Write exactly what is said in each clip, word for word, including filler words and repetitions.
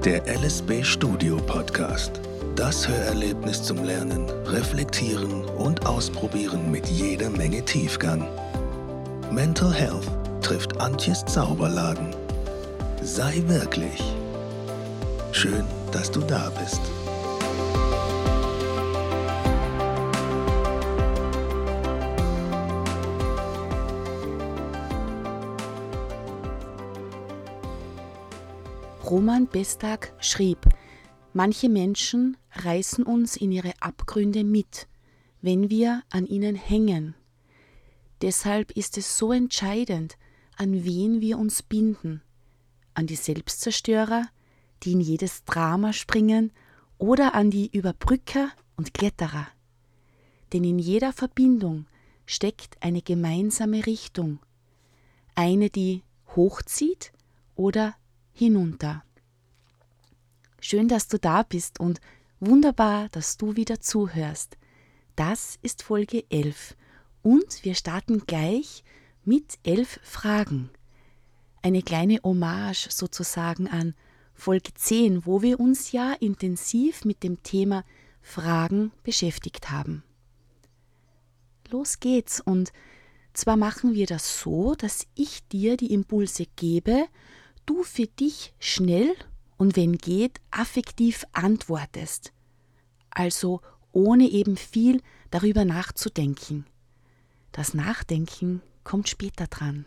Der L S B Studio Podcast. Das Hörerlebnis zum Lernen, Reflektieren und Ausprobieren mit jeder Menge Tiefgang. Mental Health trifft Antjes Zauberladen. Sei wirklich. Schön, dass du da bist. Roman Bestag schrieb: Manche Menschen reißen uns in ihre Abgründe mit, wenn wir an ihnen hängen. Deshalb ist es so entscheidend, an wen wir uns binden. An die Selbstzerstörer, die in jedes Drama springen, oder an die Überbrücker und Kletterer. Denn in jeder Verbindung steckt eine gemeinsame Richtung. Eine, die hochzieht oder hinunter. Schön, dass du da bist und wunderbar, dass du wieder zuhörst. Das ist Folge elf und wir starten gleich mit elf Fragen. Eine kleine Hommage sozusagen an Folge zehn, wo wir uns ja intensiv mit dem Thema Fragen beschäftigt haben. Los geht's, und zwar machen wir das so, dass ich dir die Impulse gebe, du für dich schnell und wenn geht, affektiv antwortest. Also ohne eben viel darüber nachzudenken. Das Nachdenken kommt später dran.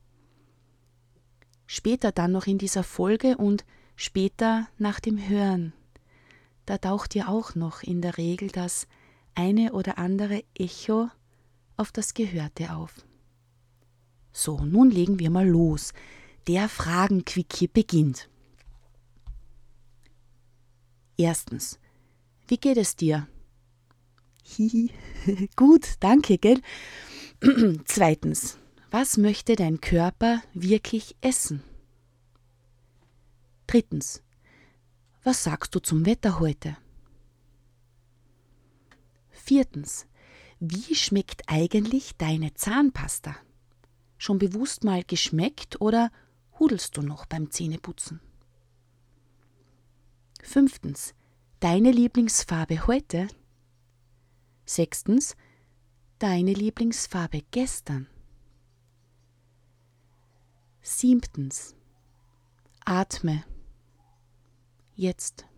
Später dann noch in dieser Folge und später nach dem Hören. Da taucht ja auch noch in der Regel das eine oder andere Echo auf das Gehörte auf. So, nun legen wir mal los. Der Fragenquickie beginnt. Erstens, wie geht es dir? Hihi, gut, danke, gell? Zweitens, was möchte dein Körper wirklich essen? Drittens, was sagst du zum Wetter heute? Viertens, wie schmeckt eigentlich deine Zahnpasta? Schon bewusst mal geschmeckt oder hudelst du noch beim Zähneputzen? Fünftens, deine Lieblingsfarbe heute? Sechstens, deine Lieblingsfarbe gestern? Siebtens, atme. Jetzt.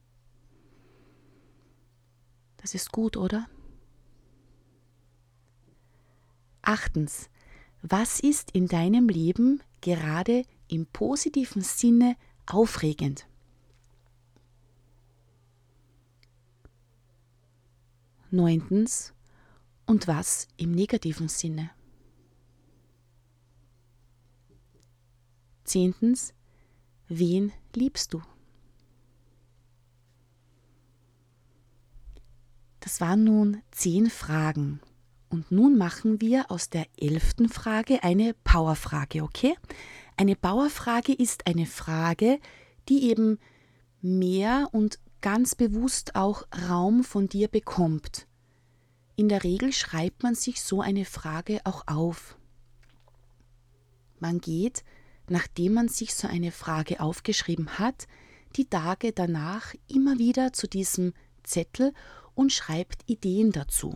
Das ist gut, oder? Achtens, was ist in deinem Leben gerade im positiven Sinne aufregend? Neuntens, und was im negativen Sinne? Zehntens, wen liebst du? Das waren nun zehn Fragen. Und nun machen wir aus der elften Frage eine Powerfrage, okay? Eine Powerfrage ist eine Frage, die eben mehr und ganz bewusst auch Raum von dir bekommt. In der Regel schreibt man sich so eine Frage auch auf. Man geht, nachdem man sich so eine Frage aufgeschrieben hat, die Tage danach immer wieder zu diesem Zettel und schreibt Ideen dazu.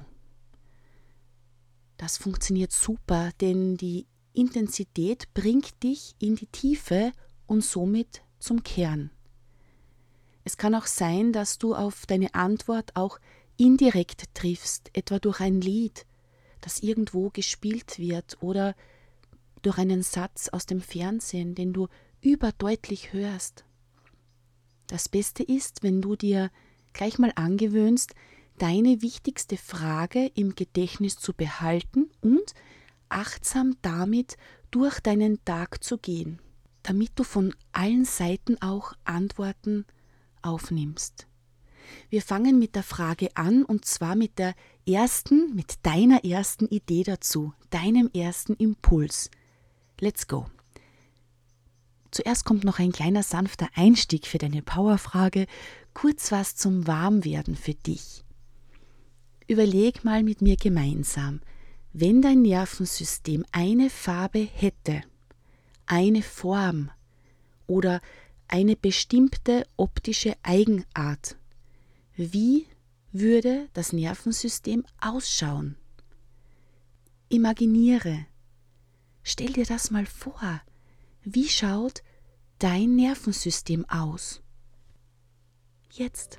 Das funktioniert super, denn die Intensität bringt dich in die Tiefe und somit zum Kern. Es kann auch sein, dass du auf deine Antwort auch indirekt triffst, etwa durch ein Lied, das irgendwo gespielt wird, oder durch einen Satz aus dem Fernsehen, den du überdeutlich hörst. Das Beste ist, wenn du dir gleich mal angewöhnst, deine wichtigste Frage im Gedächtnis zu behalten und achtsam damit durch deinen Tag zu gehen, damit du von allen Seiten auch Antworten aufnimmst. Wir fangen mit der Frage an, und zwar mit der ersten, mit deiner ersten Idee dazu, deinem ersten Impuls. Let's go! Zuerst kommt noch ein kleiner sanfter Einstieg für deine Powerfrage, kurz was zum Warmwerden für dich. Überleg mal mit mir gemeinsam, wenn dein Nervensystem eine Farbe hätte, eine Form oder eine bestimmte optische Eigenart. Wie würde das Nervensystem ausschauen? Imaginiere. Stell dir das mal vor. Wie schaut dein Nervensystem aus? Jetzt.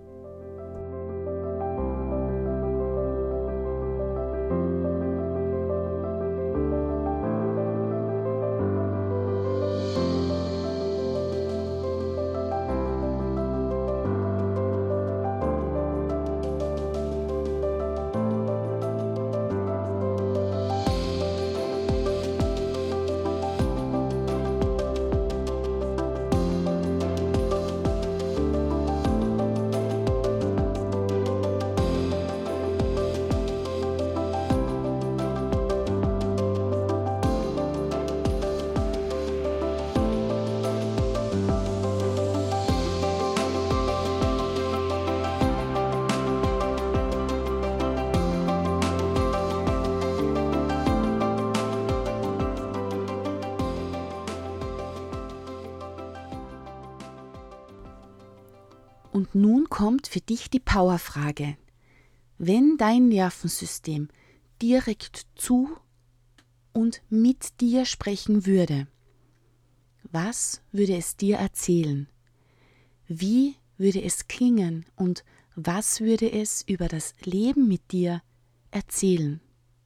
Und nun kommt für dich die Powerfrage. Wenn dein Nervensystem direkt zu und mit dir sprechen würde, was würde es dir erzählen? Wie würde es klingen und was würde es über das Leben mit dir erzählen?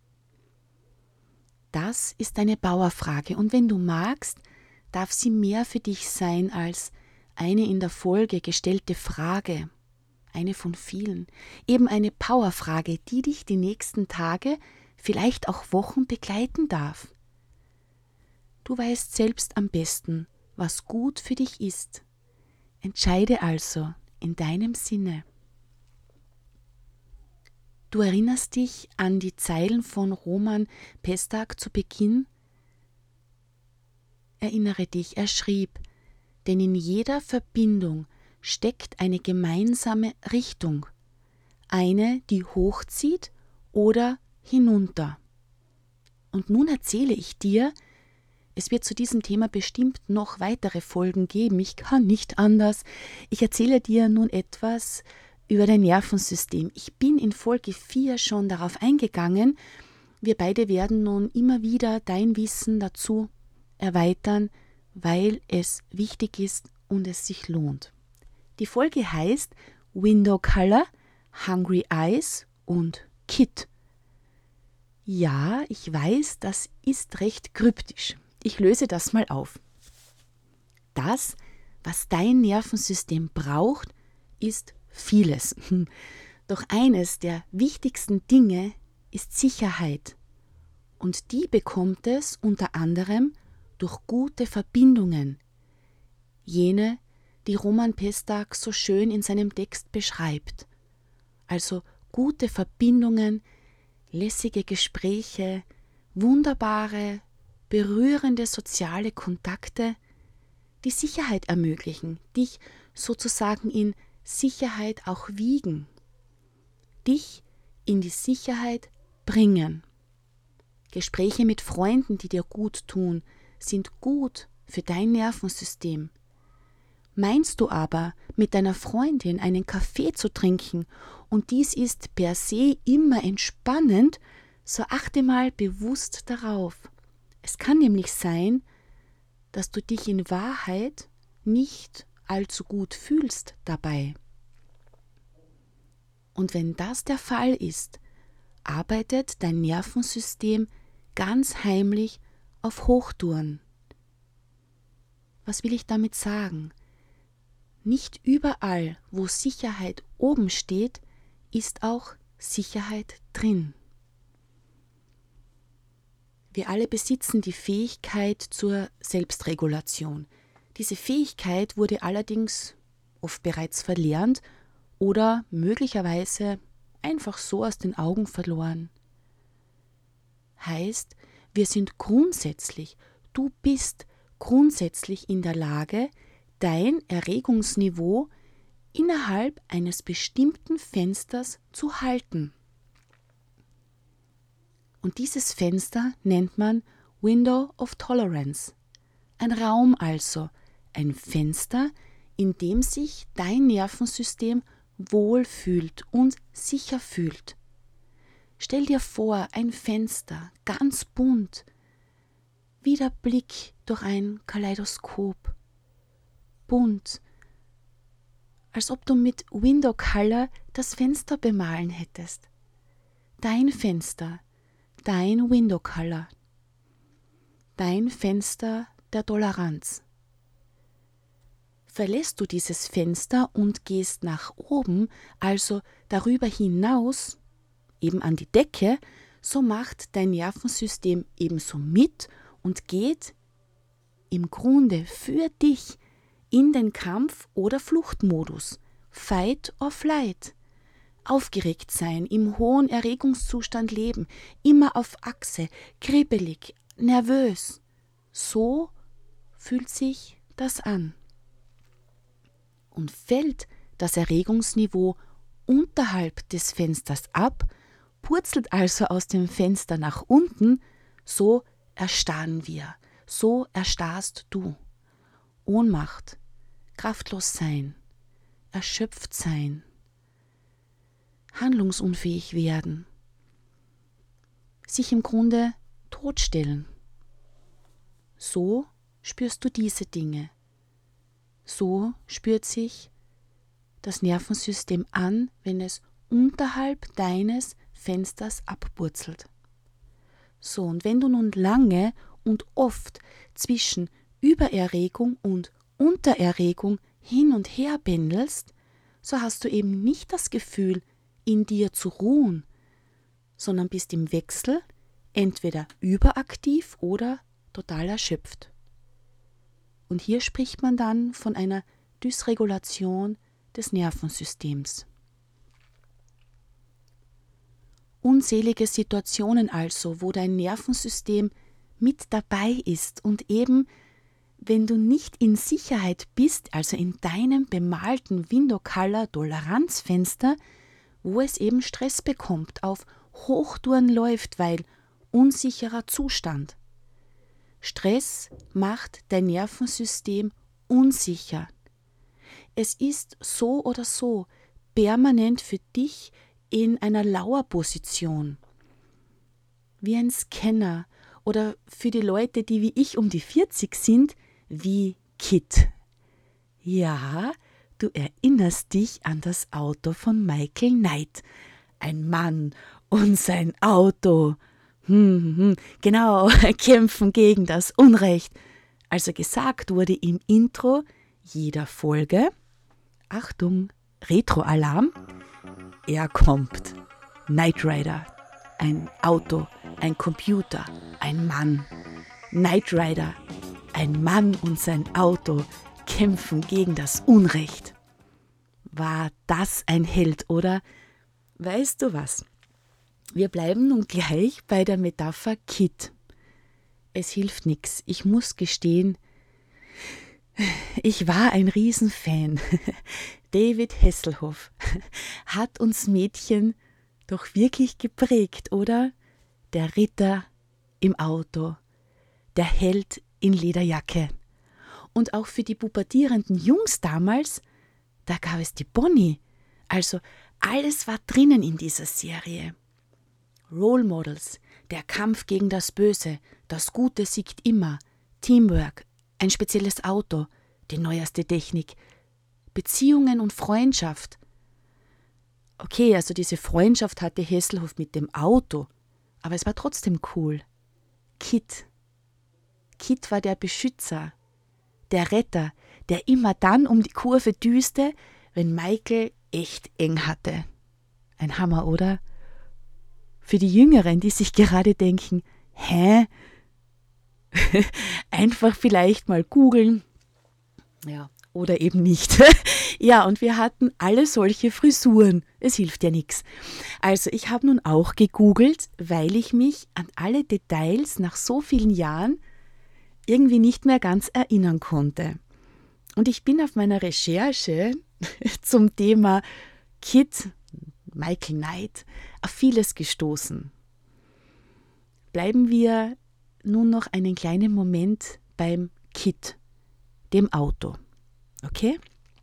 Das ist eine Powerfrage und wenn du magst, darf sie mehr für dich sein als eine in der Folge gestellte Frage, eine von vielen, eben eine Powerfrage, die dich die nächsten Tage, vielleicht auch Wochen begleiten darf. Du weißt selbst am besten, was gut für dich ist. Entscheide also in deinem Sinne. Du erinnerst dich an die Zeilen von Roman Pestak zu Beginn? Erinnere dich, er schrieb: Denn in jeder Verbindung steckt eine gemeinsame Richtung, eine, die hochzieht oder hinunter. Und nun erzähle ich dir, es wird zu diesem Thema bestimmt noch weitere Folgen geben, ich kann nicht anders. Ich erzähle dir nun etwas über dein Nervensystem. Ich bin in Folge vier schon darauf eingegangen. Wir beide werden nun immer wieder dein Wissen dazu erweitern, weil es wichtig ist und es sich lohnt. Die Folge heißt Window Color, Hungry Eyes und Kit. Ja, ich weiß, das ist recht kryptisch. Ich löse das mal auf. Das, was dein Nervensystem braucht, ist vieles. Doch eines der wichtigsten Dinge ist Sicherheit. Und die bekommt es unter anderem durch gute Verbindungen, jene, die Roman Pestak so schön in seinem Text beschreibt. Also gute Verbindungen, lässige Gespräche, wunderbare, berührende soziale Kontakte, die Sicherheit ermöglichen, dich sozusagen in Sicherheit auch wiegen, dich in die Sicherheit bringen. Gespräche mit Freunden, die dir gut tun, sind gut für dein Nervensystem. Meinst du aber, mit deiner Freundin einen Kaffee zu trinken und dies ist per se immer entspannend, so achte mal bewusst darauf. Es kann nämlich sein, dass du dich in Wahrheit nicht allzu gut fühlst dabei. Und wenn das der Fall ist, arbeitet dein Nervensystem ganz heimlich auf Hochtouren. Was will ich damit sagen? Nicht überall, wo Sicherheit oben steht, ist auch Sicherheit drin. Wir alle besitzen die Fähigkeit zur Selbstregulation. Diese Fähigkeit wurde allerdings oft bereits verlernt oder möglicherweise einfach so aus den Augen verloren. Heißt, wir sind grundsätzlich, du bist grundsätzlich in der Lage, dein Erregungsniveau innerhalb eines bestimmten Fensters zu halten. Und dieses Fenster nennt man Window of Tolerance. Ein Raum also, ein Fenster, in dem sich dein Nervensystem wohlfühlt und sicher fühlt. Stell dir vor, ein Fenster, ganz bunt, wie der Blick durch ein Kaleidoskop. Bunt, als ob du mit Window Color das Fenster bemalen hättest. Dein Fenster, dein Window Color, dein Fenster der Toleranz. Verlässt du dieses Fenster und gehst nach oben, also darüber hinaus, eben an die Decke, so macht dein Nervensystem ebenso mit und geht im Grunde für dich in den Kampf- oder Fluchtmodus, Fight or Flight. Aufgeregt sein, im hohen Erregungszustand leben, immer auf Achse, kribbelig, nervös. So fühlt sich das an. Und fällt das Erregungsniveau unterhalb des Fensters ab, purzelt also aus dem Fenster nach unten, so erstarren wir, so erstarrst du. Ohnmacht, kraftlos sein, erschöpft sein, handlungsunfähig werden, sich im Grunde totstellen. So spürst du diese Dinge. So spürt sich das Nervensystem an, wenn es unterhalb deines Fensters abpurzelt. So, und wenn du nun lange und oft zwischen Übererregung und Untererregung hin und her pendelst, so hast du eben nicht das Gefühl, in dir zu ruhen, sondern bist im Wechsel entweder überaktiv oder total erschöpft. Und hier spricht man dann von einer Dysregulation des Nervensystems. Unzählige Situationen also, wo dein Nervensystem mit dabei ist und eben, wenn du nicht in Sicherheit bist, also in deinem bemalten Window-Color-Toleranzfenster, wo es eben Stress bekommt, auf Hochtouren läuft, weil unsicherer Zustand. Stress macht dein Nervensystem unsicher. Es ist so oder so permanent für dich in einer Lauerposition, wie ein Scanner oder für die Leute, die wie ich um die vierzig sind, wie Kit. Ja, du erinnerst dich an das Auto von Michael Knight. Ein Mann und sein Auto. Hm, hm, genau, kämpfen gegen das Unrecht. Also gesagt wurde im Intro jeder Folge, Achtung, Retro-Alarm, er kommt. Knight Rider, ein Auto, ein Computer, ein Mann. Knight Rider, ein Mann und sein Auto kämpfen gegen das Unrecht. War das ein Held, oder? Weißt du was? Wir bleiben nun gleich bei der Metapher Kit. Es hilft nichts. Ich muss gestehen, ich war ein Riesenfan. David Hasselhoff hat uns Mädchen doch wirklich geprägt, oder? Der Ritter im Auto, der Held in Lederjacke. Und auch für die pubertierenden Jungs damals, da gab es die Bonnie. Also alles war drinnen in dieser Serie. Role Models, der Kampf gegen das Böse, das Gute siegt immer, Teamwork, ein spezielles Auto, die neueste Technik, Beziehungen und Freundschaft. Okay, also diese Freundschaft hatte Hasselhoff mit dem Auto, aber es war trotzdem cool. Kit. Kit war der Beschützer, der Retter, der immer dann um die Kurve düste, wenn Michael echt eng hatte. Ein Hammer, oder? Für die Jüngeren, die sich gerade denken, hä? Einfach vielleicht mal googeln. Ja, oder eben nicht. Ja, und wir hatten alle solche Frisuren. Es hilft ja nichts. Also ich habe nun auch gegoogelt, weil ich mich an alle Details nach so vielen Jahren irgendwie nicht mehr ganz erinnern konnte. Und ich bin auf meiner Recherche zum Thema Kit, Michael Knight, auf vieles gestoßen. Bleiben wir nun noch einen kleinen Moment beim Kit, dem Auto. Okay?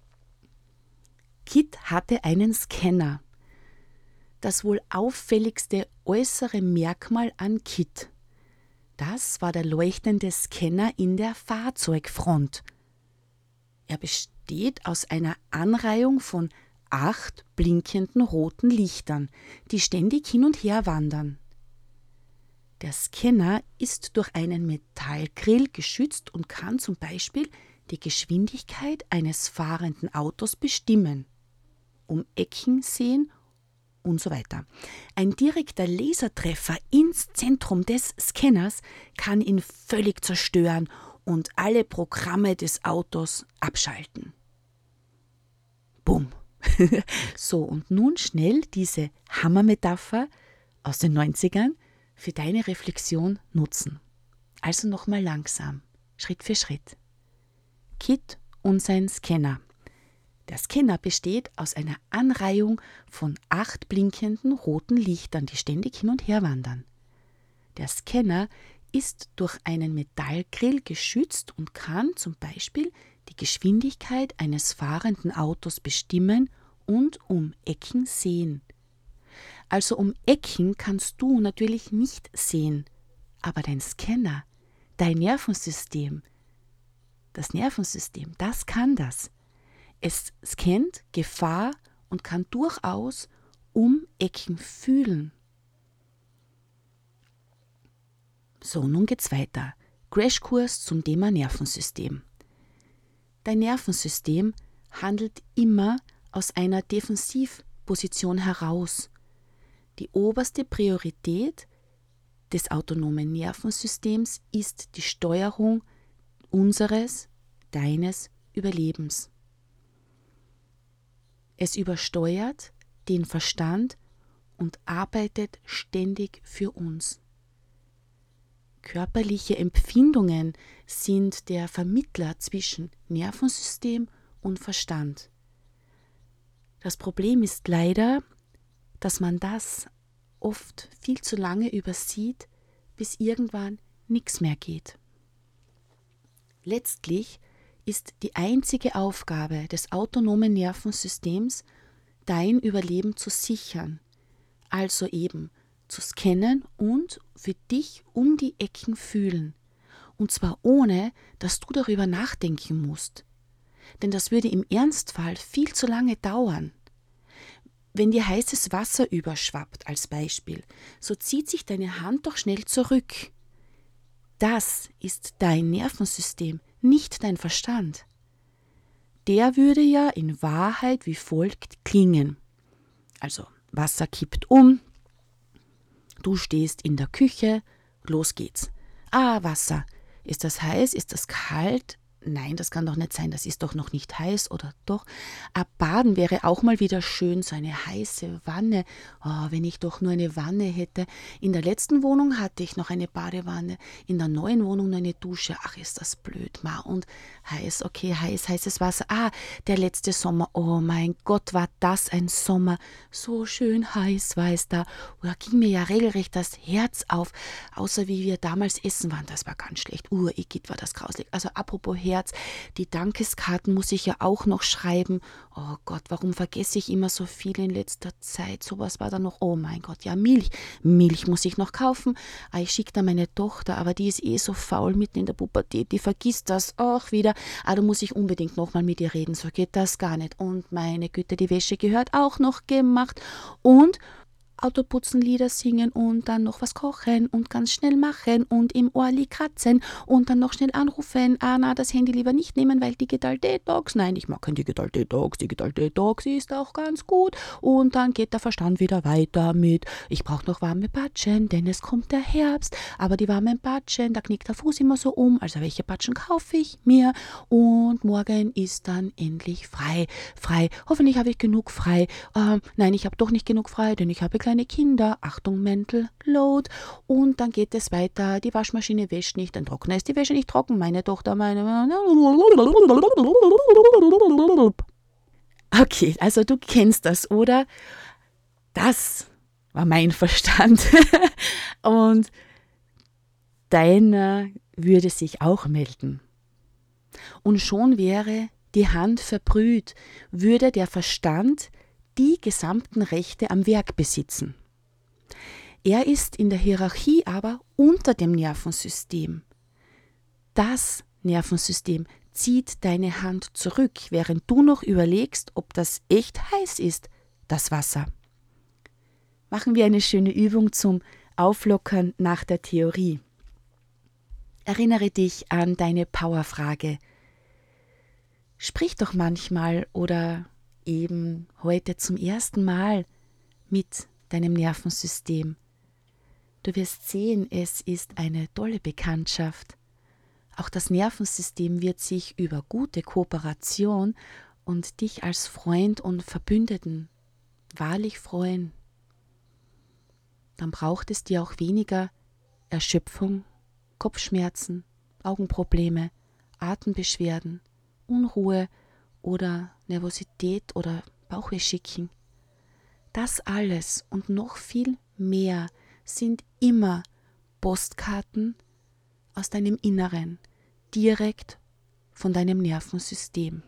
Kit hatte einen Scanner. Das wohl auffälligste äußere Merkmal an Kit. Das war der leuchtende Scanner in der Fahrzeugfront. Er besteht aus einer Anreihung von acht blinkenden roten Lichtern, die ständig hin und her wandern. Der Scanner ist durch einen Metallgrill geschützt und kann zum Beispiel die Geschwindigkeit eines fahrenden Autos bestimmen, um Ecken sehen und so weiter. Ein direkter Lasertreffer ins Zentrum des Scanners kann ihn völlig zerstören und alle Programme des Autos abschalten. Bumm. So, und nun schnell diese Hammermetapher aus den neunzigern für deine Reflexion nutzen. Also nochmal langsam, Schritt für Schritt. Kit und sein Scanner. Der Scanner besteht aus einer Anreihung von acht blinkenden roten Lichtern, die ständig hin und her wandern. Der Scanner ist durch einen Metallgrill geschützt und kann zum Beispiel die Geschwindigkeit eines fahrenden Autos bestimmen und um Ecken sehen. Also um Ecken kannst du natürlich nicht sehen, aber dein Scanner, dein Nervensystem, das Nervensystem, das kann das. Es scannt Gefahr und kann durchaus um Ecken fühlen. So, nun geht's weiter. Crashkurs zum Thema Nervensystem. Dein Nervensystem handelt immer aus einer Defensivposition heraus. Die oberste Priorität des autonomen Nervensystems ist die Steuerung unseres, deines Überlebens. Es übersteuert den Verstand und arbeitet ständig für uns. Körperliche Empfindungen sind der Vermittler zwischen Nervensystem und Verstand. Das Problem ist leider, dass man das oft viel zu lange übersieht, bis irgendwann nichts mehr geht. Letztlich ist die einzige Aufgabe des autonomen Nervensystems, dein Überleben zu sichern, also eben zu scannen und für dich um die Ecken fühlen. Und zwar ohne, dass du darüber nachdenken musst. Denn das würde im Ernstfall viel zu lange dauern. Wenn dir heißes Wasser überschwappt, als Beispiel, so zieht sich deine Hand doch schnell zurück. Das ist dein Nervensystem, nicht dein Verstand. Der würde ja in Wahrheit wie folgt klingen. Also Wasser kippt um, du stehst in der Küche, los geht's. Ah, Wasser. Ist das heiß? Ist das kalt? Nein, das kann doch nicht sein, das ist doch noch nicht heiß, oder doch? Abbaden wäre auch mal wieder schön, so eine heiße Wanne. Oh, wenn ich doch nur eine Wanne hätte. In der letzten Wohnung hatte ich noch eine Badewanne, in der neuen Wohnung nur eine Dusche. Ach, ist das blöd, ma. Und heiß, okay, heiß, heißes Wasser. Ah, der letzte Sommer, oh mein Gott, war das ein Sommer. So schön heiß war es da. Da ging mir ja regelrecht das Herz auf. Außer wie wir damals essen waren, das war ganz schlecht. Uh, Igitt, war das grauslich. Also apropos Herz, die Dankeskarten muss ich ja auch noch schreiben. Oh Gott, warum vergesse ich immer so viel in letzter Zeit? Sowas war da noch. Oh mein Gott, ja, Milch. Milch muss ich noch kaufen. Ah, ich schicke da meine Tochter, aber die ist eh so faul mitten in der Pubertät. Die vergisst das auch wieder. Ah, da muss ich unbedingt nochmal mit ihr reden. So geht das gar nicht. Und meine Güte, die Wäsche gehört auch noch gemacht. Und Autoputzen, Lieder singen und dann noch was kochen und ganz schnell machen und im Ohrli kratzen und dann noch schnell anrufen. Ah, na, das Handy lieber nicht nehmen, weil Digital Detox. Nein, ich mag kein Digital Detox. Digital Detox ist auch ganz gut. Und dann geht der Verstand wieder weiter mit, ich brauche noch warme Patschen, denn es kommt der Herbst. Aber die warmen Patschen, da knickt der Fuß immer so um. Also welche Patschen kaufe ich mir? Und morgen ist dann endlich frei. Frei. Hoffentlich habe ich genug frei. Ähm, nein, ich habe doch nicht genug frei, denn ich habe kleine Kinder, Achtung, Mental Load, und dann geht es weiter, die Waschmaschine wäscht nicht, ein Trockner ist die Wäsche nicht trocken, meine Tochter, meine... Okay, also du kennst das, oder? Das war mein Verstand. Und deiner würde sich auch melden. Und schon wäre die Hand verbrüht, würde der Verstand die gesamten Rechte am Werk besitzen. Er ist in der Hierarchie aber unter dem Nervensystem. Das Nervensystem zieht deine Hand zurück, während du noch überlegst, ob das echt heiß ist, das Wasser. Machen wir eine schöne Übung zum Auflockern nach der Theorie. Erinnere dich an deine Powerfrage. Sprich doch manchmal oder eben heute zum ersten Mal mit deinem Nervensystem. Du wirst sehen, es ist eine tolle Bekanntschaft. Auch das Nervensystem wird sich über gute Kooperation und dich als Freund und Verbündeten wahrlich freuen. Dann braucht es dir auch weniger Erschöpfung, Kopfschmerzen, Augenprobleme, Atembeschwerden, Unruhe oder Nervosität oder Bauchwehschicken. Das alles und noch viel mehr sind immer Postkarten aus deinem Inneren, direkt von deinem Nervensystem.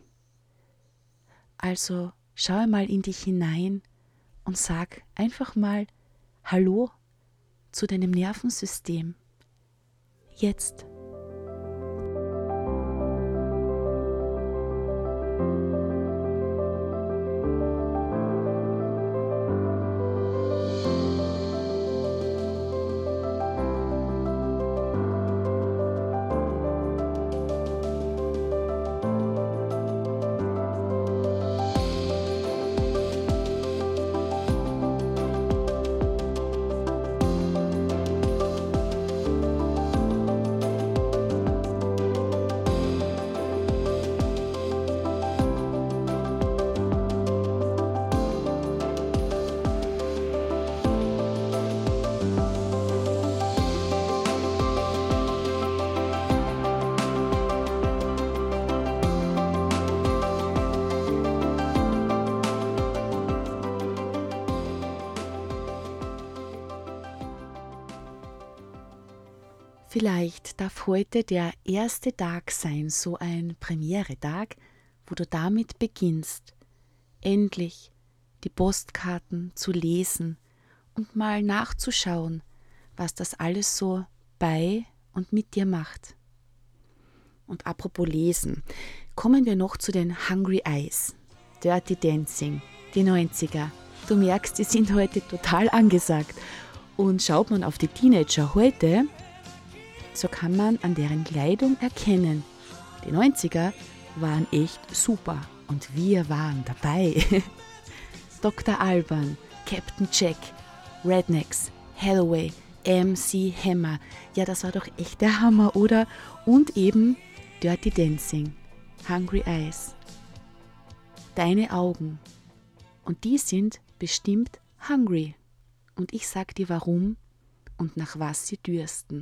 Also schau mal in dich hinein und sag einfach mal Hallo zu deinem Nervensystem. Jetzt. Vielleicht darf heute der erste Tag sein, so ein Premiere-Tag, wo du damit beginnst, endlich die Postkarten zu lesen und mal nachzuschauen, was das alles so bei und mit dir macht. Und apropos Lesen, kommen wir noch zu den Hungry Eyes, Dirty Dancing, die neunziger. Du merkst, die sind heute total angesagt. Und schaut man auf die Teenager heute, so kann man an deren Kleidung erkennen, die neunziger waren echt super und wir waren dabei. Doktor Alban, Captain Jack, Rednecks, Hathaway, M C Hammer, ja, das war doch echt der Hammer, oder? Und eben Dirty Dancing, Hungry Eyes. Deine Augen. Und die sind bestimmt hungry. Und ich sag dir warum und nach was sie dürsten.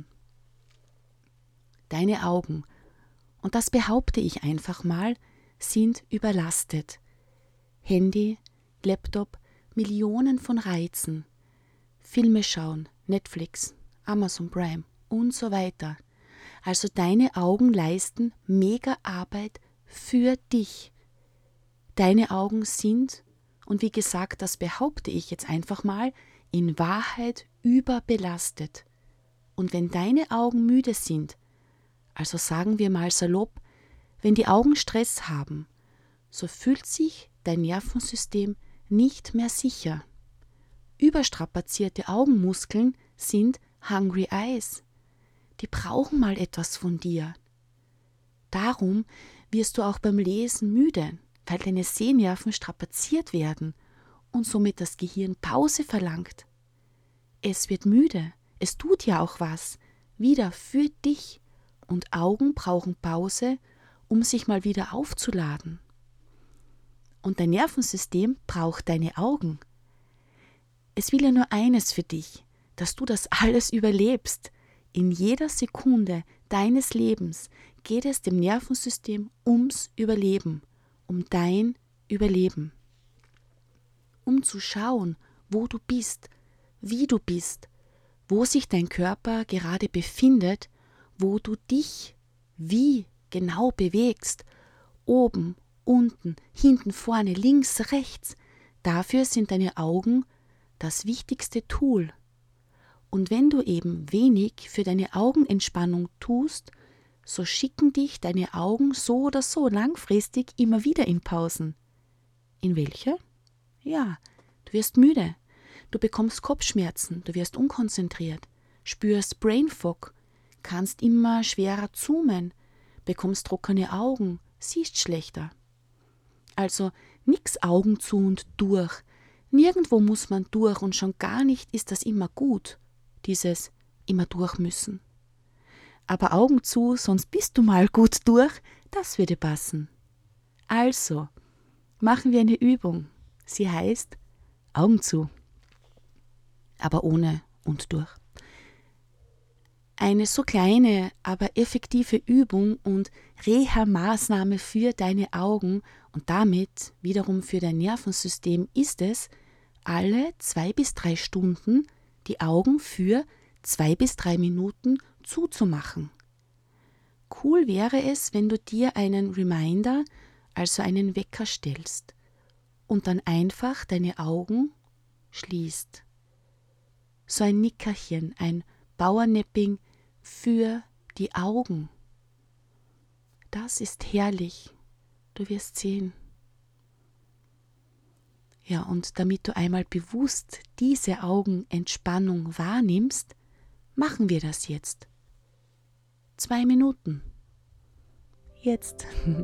Deine Augen, und das behaupte ich einfach mal, sind überlastet. Handy, Laptop, Millionen von Reizen. Filme schauen, Netflix, Amazon Prime und so weiter. Also deine Augen leisten mega Arbeit für dich. Deine Augen sind, und wie gesagt, das behaupte ich jetzt einfach mal, in Wahrheit überbelastet. Und wenn deine Augen müde sind, also sagen wir mal salopp, wenn die Augen Stress haben, so fühlt sich dein Nervensystem nicht mehr sicher. Überstrapazierte Augenmuskeln sind Hungry Eyes. Die brauchen mal etwas von dir. Darum wirst du auch beim Lesen müde, weil deine Sehnerven strapaziert werden und somit das Gehirn Pause verlangt. Es wird müde, es tut ja auch was, wieder für dich. Und Augen brauchen Pause, um sich mal wieder aufzuladen. Und dein Nervensystem braucht deine Augen. Es will ja nur eines für dich, dass du das alles überlebst. In jeder Sekunde deines Lebens geht es dem Nervensystem ums Überleben, um dein Überleben. Um zu schauen, wo du bist, wie du bist, wo sich dein Körper gerade befindet, wo du dich wie genau bewegst, oben, unten, hinten, vorne, links, rechts, dafür sind deine Augen das wichtigste Tool. Und wenn du eben wenig für deine Augenentspannung tust, so schicken dich deine Augen so oder so langfristig immer wieder in Pausen. In welcher? Ja, du wirst müde, du bekommst Kopfschmerzen, du wirst unkonzentriert, spürst Brain Fog, kannst immer schwerer zoomen, bekommst trockene Augen, siehst schlechter. Also nix Augen zu und durch, nirgendwo muss man durch und schon gar nicht ist das immer gut, dieses immer durch müssen. Aber Augen zu, sonst bist du mal gut durch, das würde passen. Also, machen wir eine Übung. Sie heißt Augen zu, aber ohne und durch. Eine so kleine, aber effektive Übung und Reha-Maßnahme für deine Augen und damit wiederum für dein Nervensystem ist es, alle zwei bis drei Stunden die Augen für zwei bis drei Minuten zuzumachen. Cool wäre es, wenn du dir einen Reminder, also einen Wecker stellst und dann einfach deine Augen schließt. So ein Nickerchen, ein Powernapping für die Augen. Das ist herrlich, du wirst sehen. Ja, und damit du einmal bewusst diese Augenentspannung wahrnimmst, machen wir das jetzt. Zwei Minuten. Jetzt.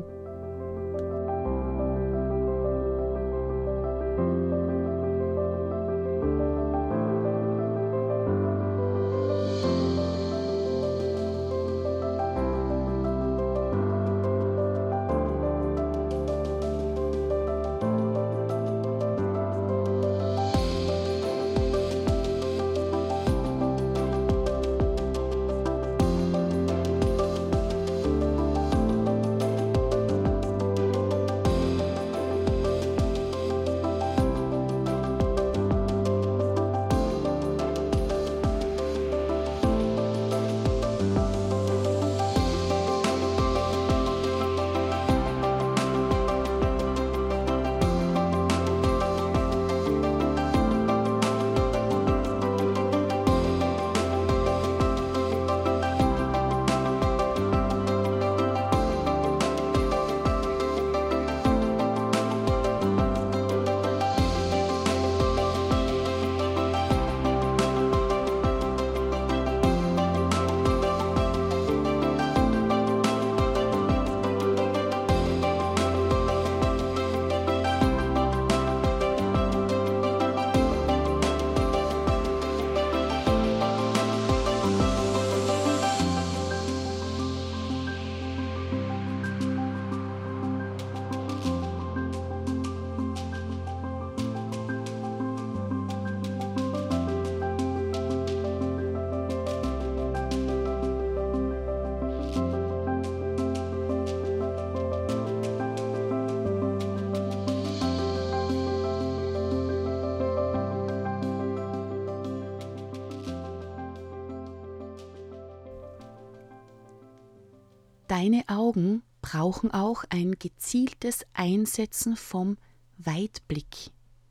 Deine Augen brauchen auch ein gezieltes Einsetzen vom Weitblick.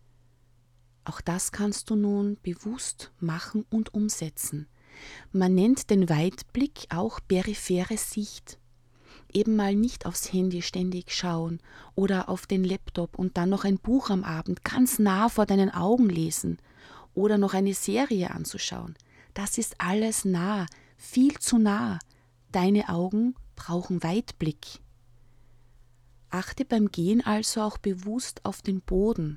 Auch das kannst du nun bewusst machen und umsetzen. Man nennt den Weitblick auch periphere Sicht. Eben mal nicht aufs Handy ständig schauen oder auf den Laptop und dann noch ein Buch am Abend ganz nah vor deinen Augen lesen oder noch eine Serie anzuschauen. Das ist alles nah, viel zu nah. Deine Augen brauchen Weitblick. Achte beim Gehen also auch bewusst auf den Boden.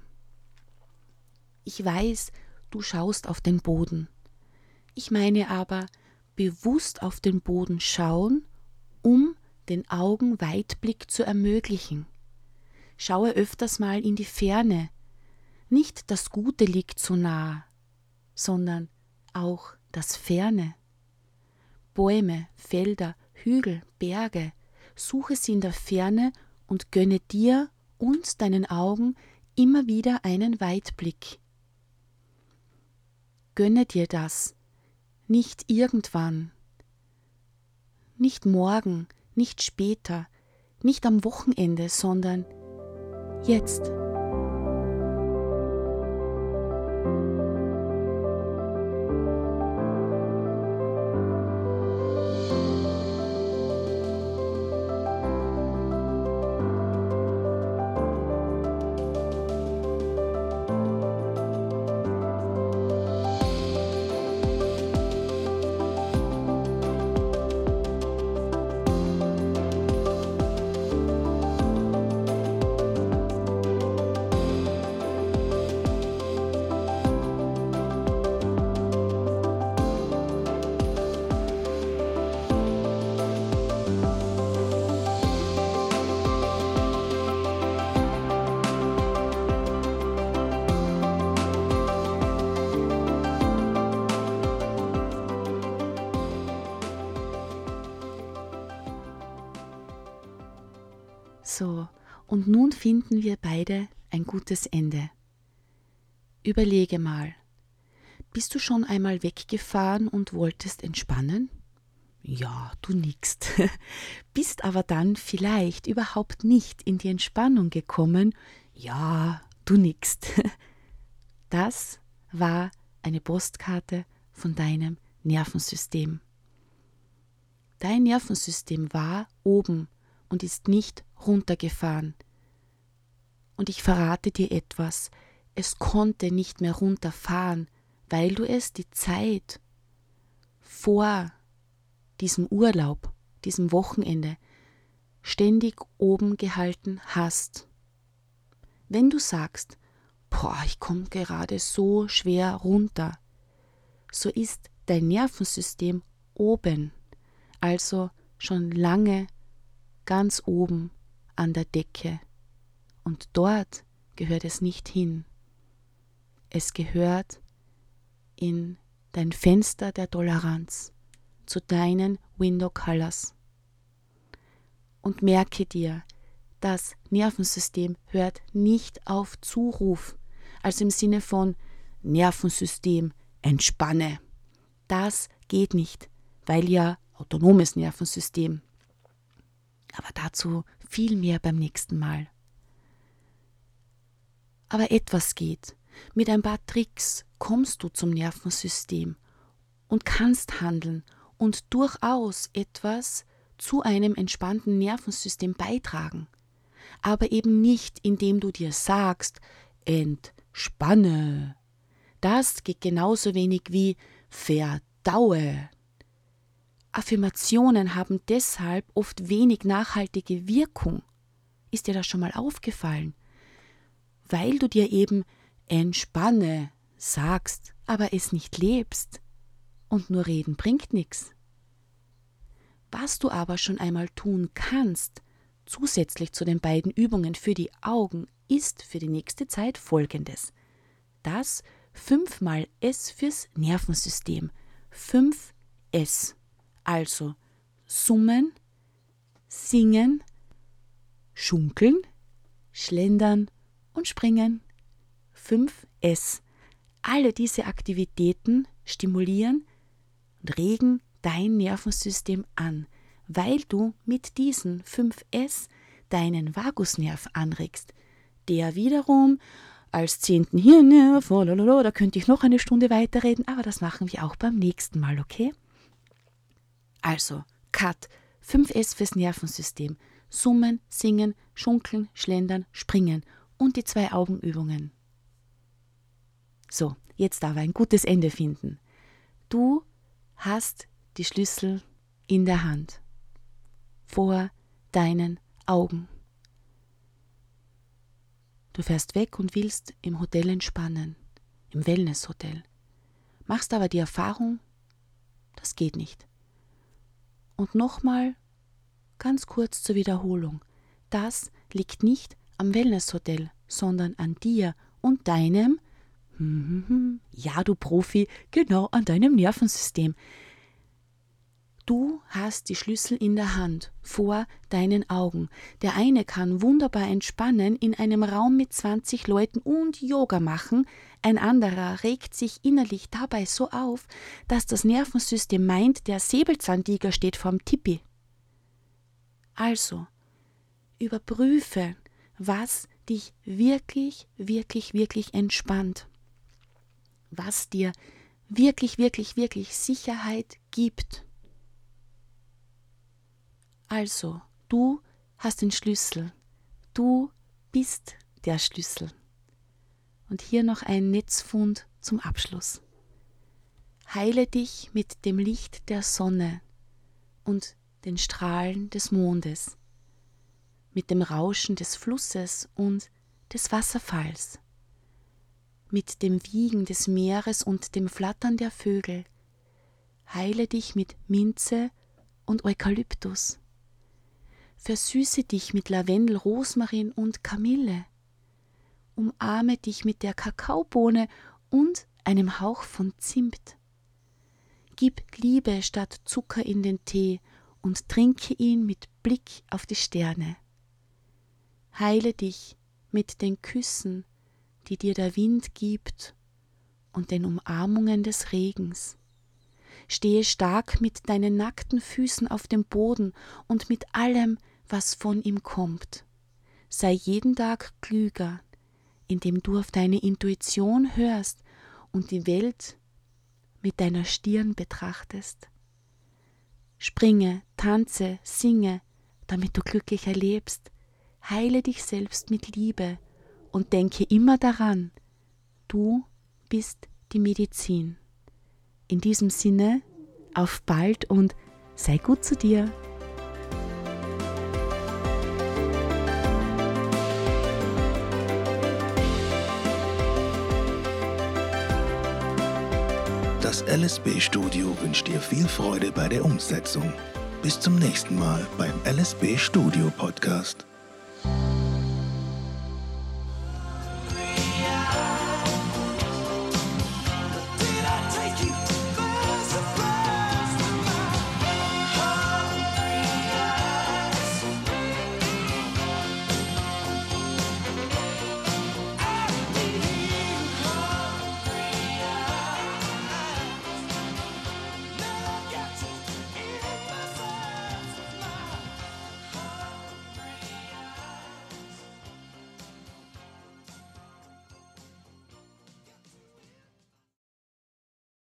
Ich weiß, du schaust auf den Boden. Ich meine aber bewusst auf den Boden schauen, um den Augen Weitblick zu ermöglichen. Schaue öfters mal in die Ferne. Nicht das Gute liegt so nah, sondern auch das Ferne. Bäume, Felder, Hügel, Berge, suche sie in der Ferne und gönne dir und deinen Augen immer wieder einen Weitblick. Gönne dir das, nicht irgendwann, nicht morgen, nicht später, nicht am Wochenende, sondern jetzt. So, und nun finden wir beide ein gutes Ende. Überlege mal, bist du schon einmal weggefahren und wolltest entspannen? Ja, du nickst. Bist aber dann vielleicht überhaupt nicht in die Entspannung gekommen? Ja, du nickst. Das war eine Postkarte von deinem Nervensystem. Dein Nervensystem war oben und ist nicht runtergefahren. Und ich verrate dir etwas, es konnte nicht mehr runterfahren, weil du es die Zeit vor diesem Urlaub, diesem Wochenende, ständig oben gehalten hast. Wenn du sagst, boah, ich komme gerade so schwer runter, so ist dein Nervensystem oben, also schon lange ganz oben an der Decke. Und dort gehört es nicht hin. Es gehört in dein Fenster der Toleranz, zu deinen Window Colors. Und merke dir, das Nervensystem hört nicht auf Zuruf, also im Sinne von Nervensystem, entspanne. Das geht nicht, weil ja autonomes Nervensystem. Aber dazu viel mehr beim nächsten Mal. Aber etwas geht. Mit ein paar Tricks kommst du zum Nervensystem und kannst handeln und durchaus etwas zu einem entspannten Nervensystem beitragen. Aber eben nicht, indem du dir sagst, entspanne. Das geht genauso wenig wie verdaue. Affirmationen haben deshalb oft wenig nachhaltige Wirkung. Ist dir das schon mal aufgefallen? Weil du dir eben entspanne sagst, aber es nicht lebst. Und nur reden bringt nichts. Was du aber schon einmal tun kannst, zusätzlich zu den beiden Übungen für die Augen, ist für die nächste Zeit Folgendes. Das fünf mal S fürs Nervensystem. fünf S. Also summen, singen, schunkeln, schlendern und springen. fünf S. Alle diese Aktivitäten stimulieren und regen dein Nervensystem an, weil du mit diesen fünf S deinen Vagusnerv anregst, der wiederum als zehnten Hirnnerv, da könnte ich noch eine Stunde weiterreden, aber das machen wir auch beim nächsten Mal, okay? Also, Cut, fünf S fürs Nervensystem, summen, singen, schunkeln, schlendern, springen und die zwei Augenübungen. So, jetzt aber ein gutes Ende finden. Du hast die Schlüssel in der Hand, vor deinen Augen. Du fährst weg und willst im Hotel entspannen, im Wellnesshotel. Machst aber die Erfahrung, das geht nicht. Und nochmal ganz kurz zur Wiederholung. Das liegt nicht am Wellnesshotel, sondern an dir und deinem, ja du Profi, genau an deinem Nervensystem. Du hast die Schlüssel in der Hand, vor deinen Augen. Der eine kann wunderbar entspannen in einem Raum mit zwanzig Leuten und Yoga machen. Ein anderer regt sich innerlich dabei so auf, dass das Nervensystem meint, der Säbelzahntiger steht vorm Tipi. Also, überprüfe, was dich wirklich, wirklich, wirklich entspannt, was dir wirklich, wirklich, wirklich Sicherheit gibt. Also, du hast den Schlüssel, du bist der Schlüssel. Und hier noch ein Netzfund zum Abschluss. Heile dich mit dem Licht der Sonne und den Strahlen des Mondes, mit dem Rauschen des Flusses und des Wasserfalls, mit dem Wiegen des Meeres und dem Flattern der Vögel. Heile dich mit Minze und Eukalyptus. Versüße dich mit Lavendel, Rosmarin und Kamille. Umarme dich mit der Kakaobohne und einem Hauch von Zimt. Gib Liebe statt Zucker in den Tee und trinke ihn mit Blick auf die Sterne. Heile dich mit den Küssen, die dir der Wind gibt, und den Umarmungen des Regens. Stehe stark mit deinen nackten Füßen auf dem Boden und mit allem, was von ihm kommt. Sei jeden Tag klüger, indem du auf deine Intuition hörst und die Welt mit deiner Stirn betrachtest. Springe, tanze, singe, damit du glücklicher lebst. Heile dich selbst mit Liebe und denke immer daran, du bist die Medizin. In diesem Sinne, auf bald und sei gut zu dir. Das L S B-Studio wünscht dir viel Freude bei der Umsetzung. Bis zum nächsten Mal beim L S B-Studio-Podcast.